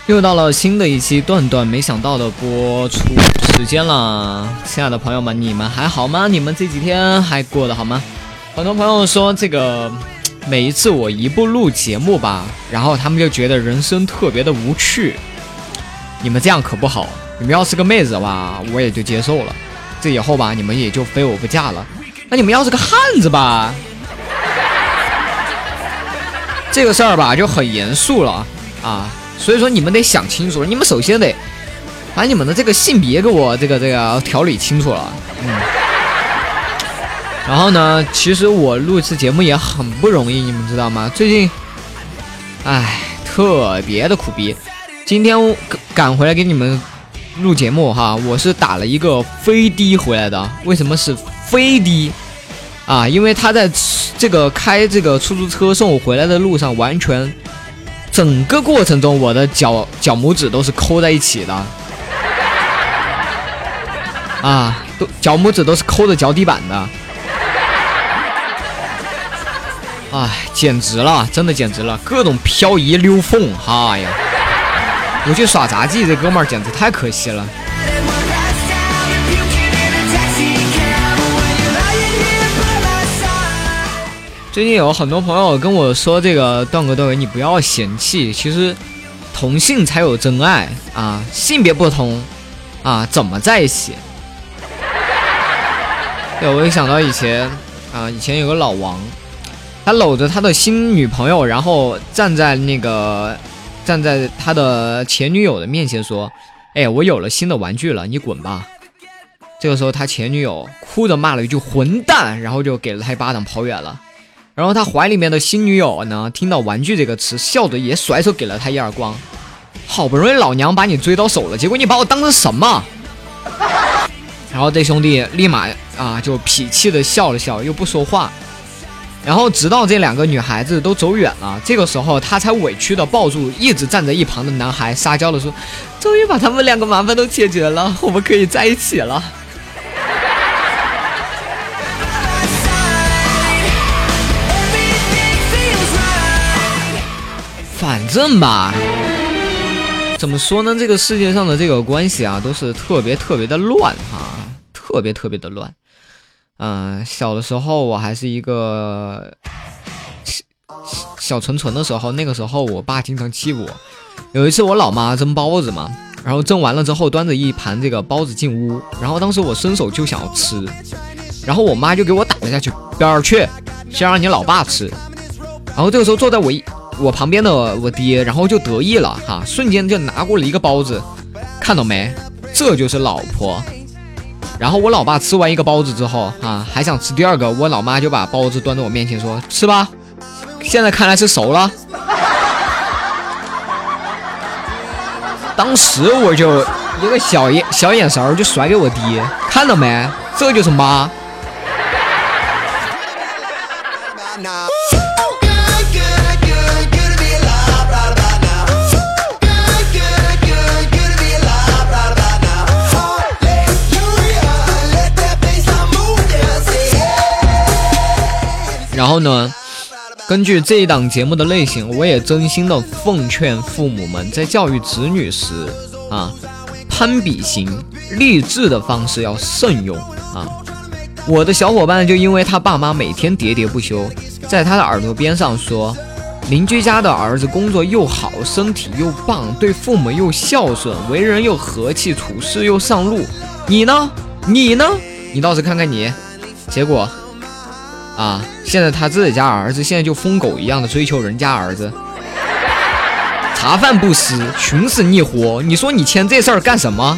又到了新的一期段段没想到的播出时间了，亲爱的朋友们，你们还好吗？你们这几天还过得好吗？很多朋友说这个每一次我一不录节目吧，然后他们就觉得人生特别的无趣。你们这样可不好，你们要是个妹子吧，我也就接受了，这以后吧，你们也就非我不嫁了。那你们要是个汉子吧，这个事儿吧就很严肃了啊。所以说你们得想清楚，你们首先得把你们的这个性别给我这个调理清楚了。然后呢，其实我录一次节目也很不容易，你们知道吗？最近特别的苦逼。今天赶回来给你们录节目哈，我是打了一个飞的回来的。为什么是飞的啊？因为他在这个开这个出租车送我回来的路上，完全整个过程中我的脚拇指都是抠在一起的啊，脚拇指都是抠着脚底板的。简直了，真的简直了，各种漂移溜缝，哈呀！我去耍杂技，这哥们儿简直太可惜了。最近有很多朋友跟我说，这个段哥你不要嫌弃，其实同性才有真爱啊，性别不同啊，怎么在一起？对，我一想到以前有个老王。他搂着他的新女朋友，然后站在他的前女友的面前说：“我有了新的玩具了，你滚吧。”这个时候他前女友哭着骂了一句混蛋，然后就给了他一巴掌跑远了。然后他怀里面的新女友呢，听到玩具这个词，笑着也甩手给了他一耳光。好不容易老娘把你追到手了，结果你把我当成什么？然后这兄弟立马就痞气的笑了笑，又不说话。然后直到这两个女孩子都走远了，这个时候他才委屈的抱住一直站在一旁的男孩，撒娇的说：“终于把他们两个麻烦都解决了，我们可以在一起了。”反正吧，怎么说呢？这个世界上的这个关系都是特别的乱特别的乱。小的时候我还是一个小纯的时候，那个时候我爸经常欺负我。有一次我老妈蒸包子嘛，然后蒸完了之后端着一盘这个包子进屋，然后当时我伸手就想要吃，然后我妈就给我打了下去，边儿去，先让你老爸吃。然后这个时候坐在我旁边的我爹，然后就得意了瞬间就拿过了一个包子，看到没，这就是老婆。然后我老爸吃完一个包子之后还想吃第二个，我老妈就把包子端到我面前说：“吃吧，现在看来是熟了。”当时我就一个小眼神就甩给我爹，看到没，这就是妈。然后呢，根据这一档节目的类型，我也真心的奉劝父母们在教育子女时攀比型励志的方式要慎用我的小伙伴就因为他爸妈每天喋喋不休，在他的耳朵边上说，邻居家的儿子工作又好，身体又棒，对父母又孝顺，为人又和气，处事又上路，你呢？你倒是看看你。结果现在他自己家儿子现在就疯狗一样的追求人家儿子，茶饭不思，寻死觅活，你说你牵这事儿干什么？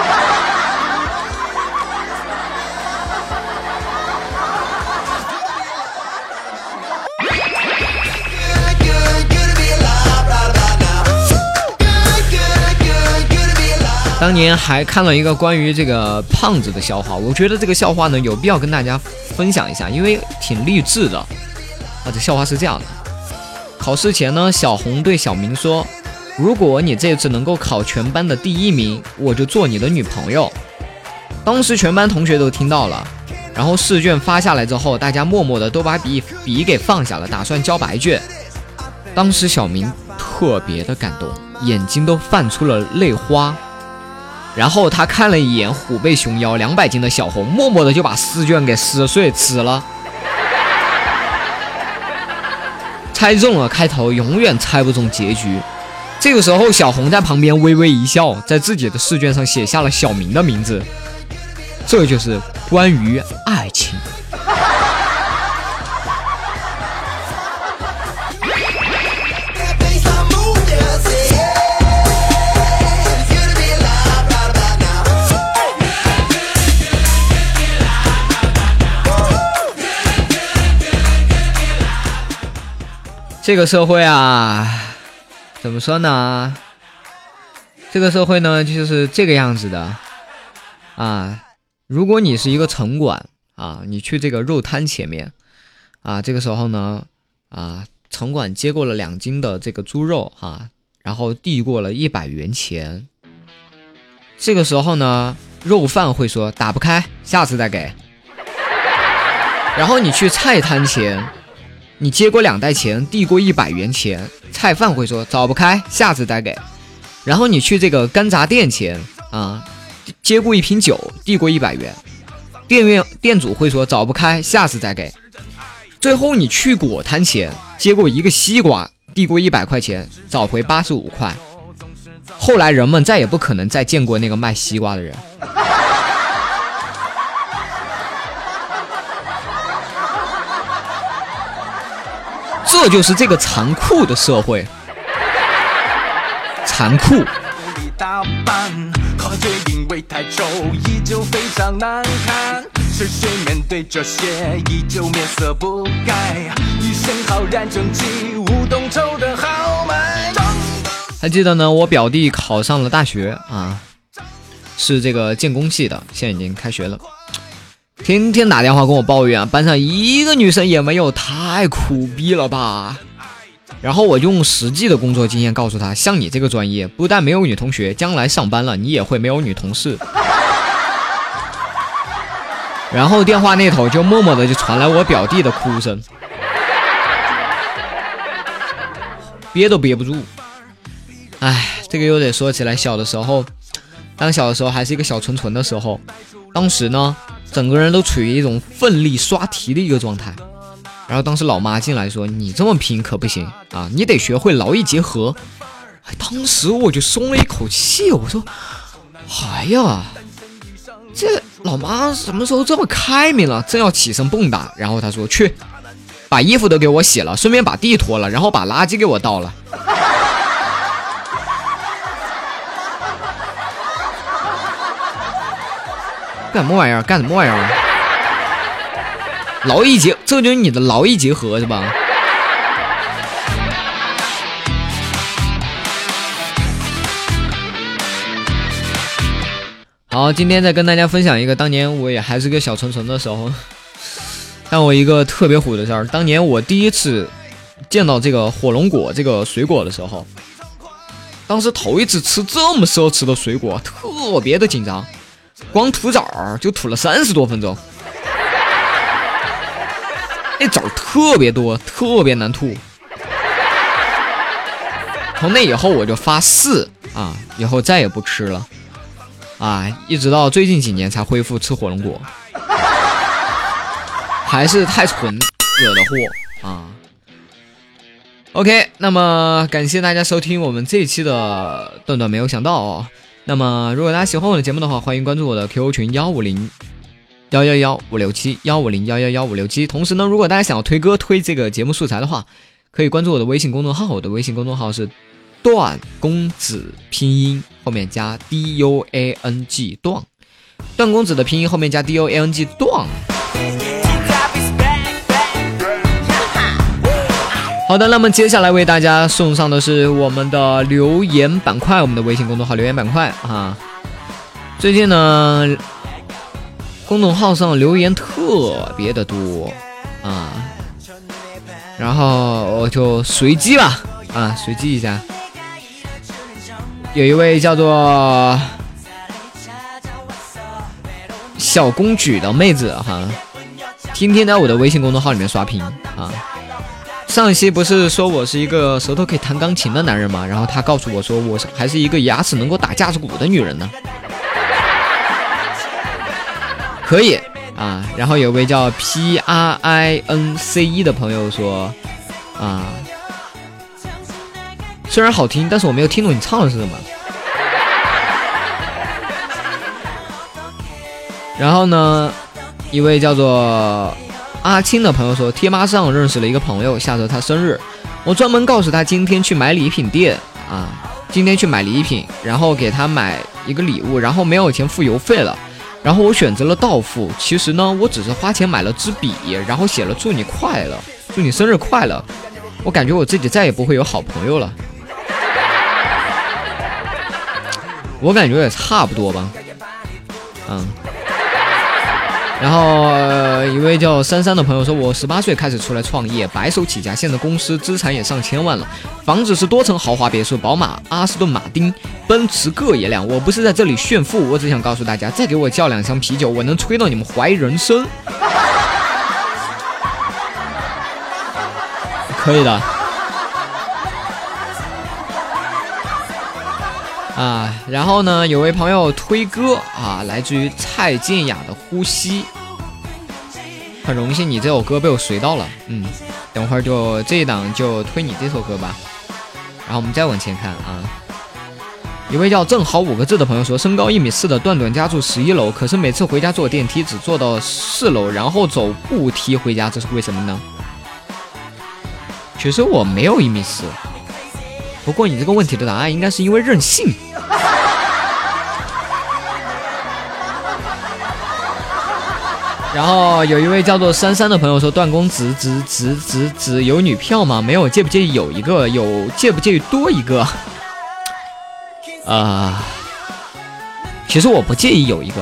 当年还看了一个关于这个胖子的笑话，我觉得这个笑话呢有必要跟大家分享一下，因为挺励志的。这笑话是这样的：考试前呢，小红对小明说：“如果你这次能够考全班的第1名，我就做你的女朋友。”当时全班同学都听到了，然后试卷发下来之后，大家默默的都把笔给放下了，打算交白卷。当时小明特别的感动， 眼睛都泛出了泪花。然后他看了一眼虎背熊腰200斤的小红，默默的就把试卷给撕碎吃了。猜中了开头，永远猜不中结局。这个时候小红在旁边微微一笑，在自己的试卷上写下了小明的名字。这就是关于爱情。这个社会啊，怎么说呢？这个社会呢，就是这个样子的啊。如果你是一个城管啊，你去这个肉摊前面啊，这个时候呢啊，城管接过了2斤的这个猪肉啊，然后递过了100元钱。这个时候呢，肉贩会说打不开，下次再给。然后你去菜摊前。你接过2袋钱，递过100元钱，菜贩会说找不开，下次再给。然后你去这个干杂店前啊，接过1瓶酒，递过100元，店主会说找不开，下次再给。最后你去果摊前，接过1个西瓜，递过100块钱，找回85块。后来人们再也不可能再见过那个卖西瓜的人。这就是这个残酷的社会，残酷。因为太丑依旧非常难看，是谁面对这些依旧面色不改，一身浩然正气无动抽的豪迈。还记得呢，我表弟考上了大学啊，是这个建工系的，现在已经开学了。天天打电话跟我抱怨，班上一个女生也没有，太苦逼了吧。然后我用实际的工作经验告诉他，像你这个专业不但没有女同学，将来上班了你也会没有女同事。然后电话那头就默默的就传来我表弟的哭声，憋都憋不住。哎，这个又得说起来小的时候，当小的时候还是一个小纯纯的时候，当时呢整个人都处于一种奋力刷题的一个状态。然后当时老妈进来说，你这么拼可不行啊，你得学会劳逸结合。当时我就松了一口气，我说哎呀，这老妈什么时候这么开明了，正要起身蹦跶，然后她说去把衣服都给我洗了，顺便把地拖了，然后把垃圾给我倒了。干什么玩意儿？干什么玩意儿？劳逸结，这就是你的劳逸结合是吧？好，今天再跟大家分享一个当年我也还是个小纯纯的时候，但我一个特别虎的事儿。当年我第一次见到这个火龙果这个水果的时候，当时头一次吃这么奢侈的水果，特别的紧张，光吐枣就吐了30多分钟。那枣特别多，特别难吐。从那以后我就发誓啊，以后再也不吃了啊！一直到最近几年才恢复吃火龙果，还是太纯惹的祸啊。OK， 那么感谢大家收听我们这一期的段段没有想到哦。那么如果大家喜欢我的节目的话，欢迎关注我的 QQ 群15015671501111567。同时呢，如果大家想要推歌推这个节目素材的话，可以关注我的微信公众号，我的微信公众号是段公子，拼音后面加 DUANG 段，段公子的拼音后面加 DUANG 段。好的，那么接下来为大家送上的是我们的留言板块，我们的微信公众号留言板块啊。最近呢，公众号上留言特别的多啊，然后我就随机吧啊，随机一下。有一位叫做小公举的妹子哈，天天在我的微信公众号里面刷屏啊。 上一期不是说我是一个舌头可以弹钢琴的男人吗？然后他告诉我说我还是一个牙齿能够打架子鼓的女人呢。可以啊。然后有位叫 PRINCE 的朋友说啊，虽然好听，但是我没有听懂你唱的是什么。然后呢，一位叫做阿青的朋友说，贴吧上认识了一个朋友，下周他生日，我专门告诉他今天去买礼品店啊，今天去买礼品，然后给他买一个礼物，然后没有钱付邮费了，然后我选择了到付。其实呢，我只是花钱买了支笔，然后写了祝你快乐，祝你生日快乐。我感觉我自己再也不会有好朋友了。我感觉也差不多吧，然后一位叫珊珊的朋友说，我18岁开始出来创业，白手起家，现在公司资产也上千万了，房子是多层豪华别墅，宝马、阿斯顿马丁、奔驰各一辆。我不是在这里炫富，我只想告诉大家，再给我叫2箱啤酒，我能吹到你们怀疑人生。可以的啊。然后呢，有位朋友推歌啊，来自于蔡健雅的《呼吸》，很荣幸你这首歌被我随到了，等会儿就这一档就推你这首歌吧。然后我们再往前看啊，一位叫正好5个字的朋友说，身高1.4米的段段家住11楼，可是每次回家坐电梯只坐到4楼，然后走步梯回家，这是为什么呢？其实我没有1.4米，不过你这个问题的答案应该是因为任性。然后有一位叫做珊珊的朋友说，段公子有女票吗？没有，介不介意有一个？有介不介意多一个？其实我不介意有一个。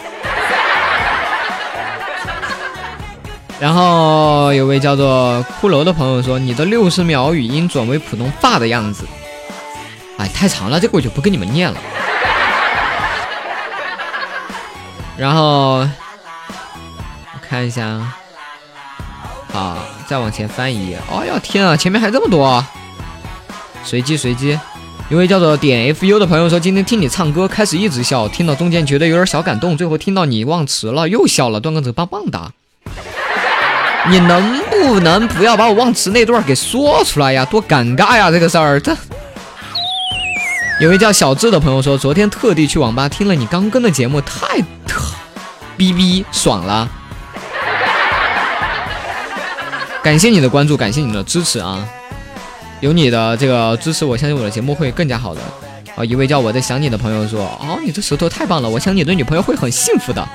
然后有位叫做骷髅的朋友说，你的60秒语音转为普通话的样子，太长了，这个我就不跟你们念了。然后看一下，好，再往前翻一页。哦呀天啊，前面还这么多啊！随机。一位叫做点 FU 的朋友说，今天听你唱歌开始一直笑，听到中间觉得有点小感动，最后听到你忘词了又笑了，段公子棒棒的。你能不能不要把我忘词那段给说出来呀？多尴尬呀这个事儿。这有位叫小智的朋友说，昨天特地去网吧听了你刚更的节目，太逼逼爽了。感谢你的关注，感谢你的支持啊！有你的这个支持，我相信我的节目会更加好的。一位叫我在想你的朋友说，你这舌头太棒了，我想你的女朋友会很幸福的。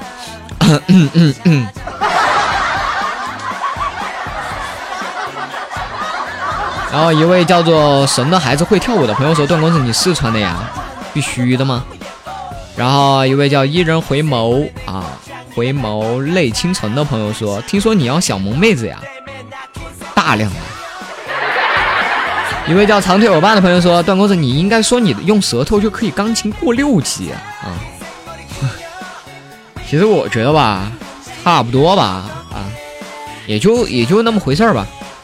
然后一位叫做神的孩子会跳舞的朋友说，段公子你四川的呀？必须的吗？然后一位叫伊人回眸回眸泪倾城的朋友说，听说你要小萌妹子呀？大量的。一位叫长腿欧巴的朋友说，段公子你应该说你用舌头就可以钢琴过6级啊。其实我觉得吧，差不多吧，也就那么回事儿吧。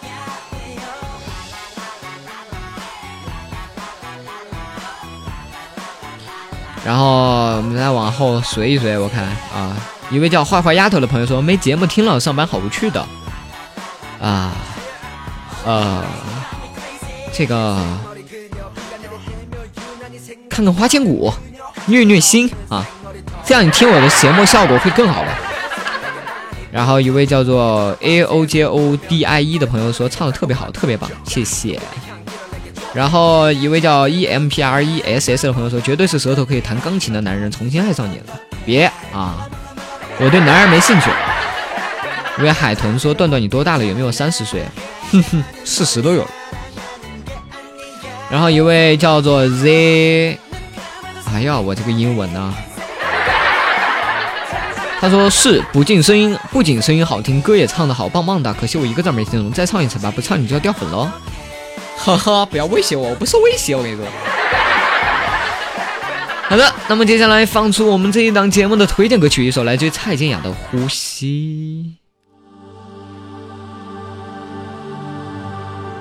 然后我们再往后随一随，我看一位叫坏坏丫头的朋友说，没节目听了，上班好无趣的这个看看花千骨，虐心这样你听我的节目效果会更好的。然后一位叫做 AOJODIE 的朋友说，唱的特别好，特别棒，谢谢。然后一位叫 EMPRESS 的朋友说，绝对是舌头可以弹钢琴的男人，重新爱上你了。别我对男人没兴趣。一位海豚说，段段你多大了？有没有30岁？40都有。然后一位叫做 Z， 哎呀，我这个英文呢？他说是不仅声音好听，歌也唱得好，棒棒的。可惜我一个字没听懂，再唱一次吧，不唱你就要掉粉喽。哈哈，不要威胁我，我不是威胁，我跟你说。好的，那么接下来放出我们这一档节目的推荐歌曲，一首来自于蔡健雅的《呼吸》。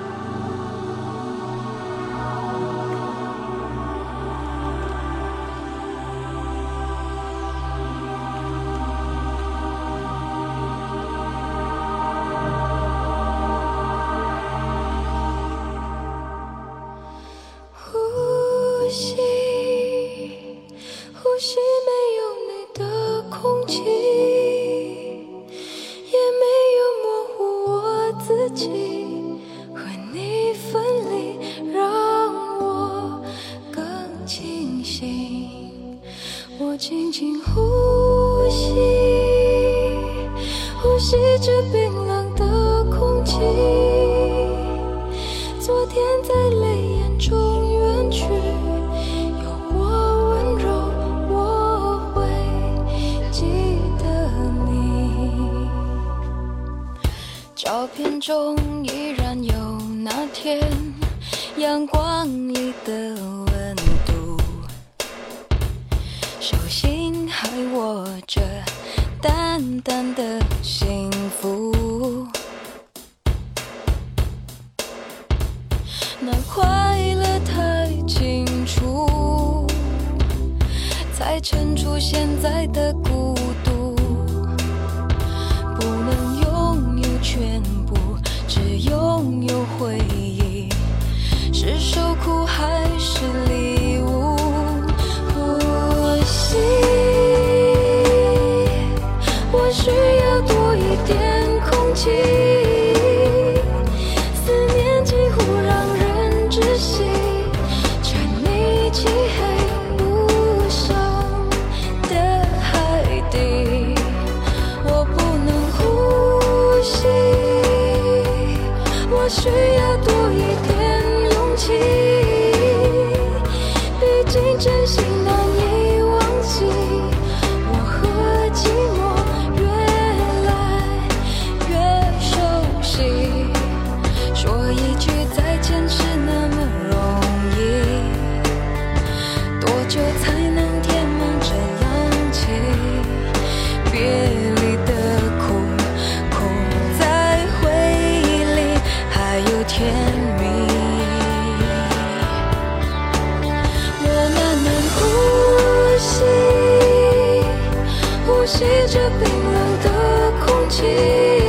点在泪眼中远去，有我温柔，我会记得你。照片中依然有那天阳光里的温度，手心还握着淡淡的幸福，那快乐太清楚，才衬出现在的孤独。不能拥有全部，只拥有回忆，是受苦还是礼物？呼吸，我需要多一点空气，思念几乎让人窒息，沉溺漆黑无声的海底，我不能呼吸，我需要多一点勇气，毕竟真心难以忘记，我和寂寞越来越熟悉，说一句再见是那么容易，多久才能填满这冷气？别离的空，空在回忆里还有甜蜜。我慢慢呼吸，呼吸着冰冷的空气。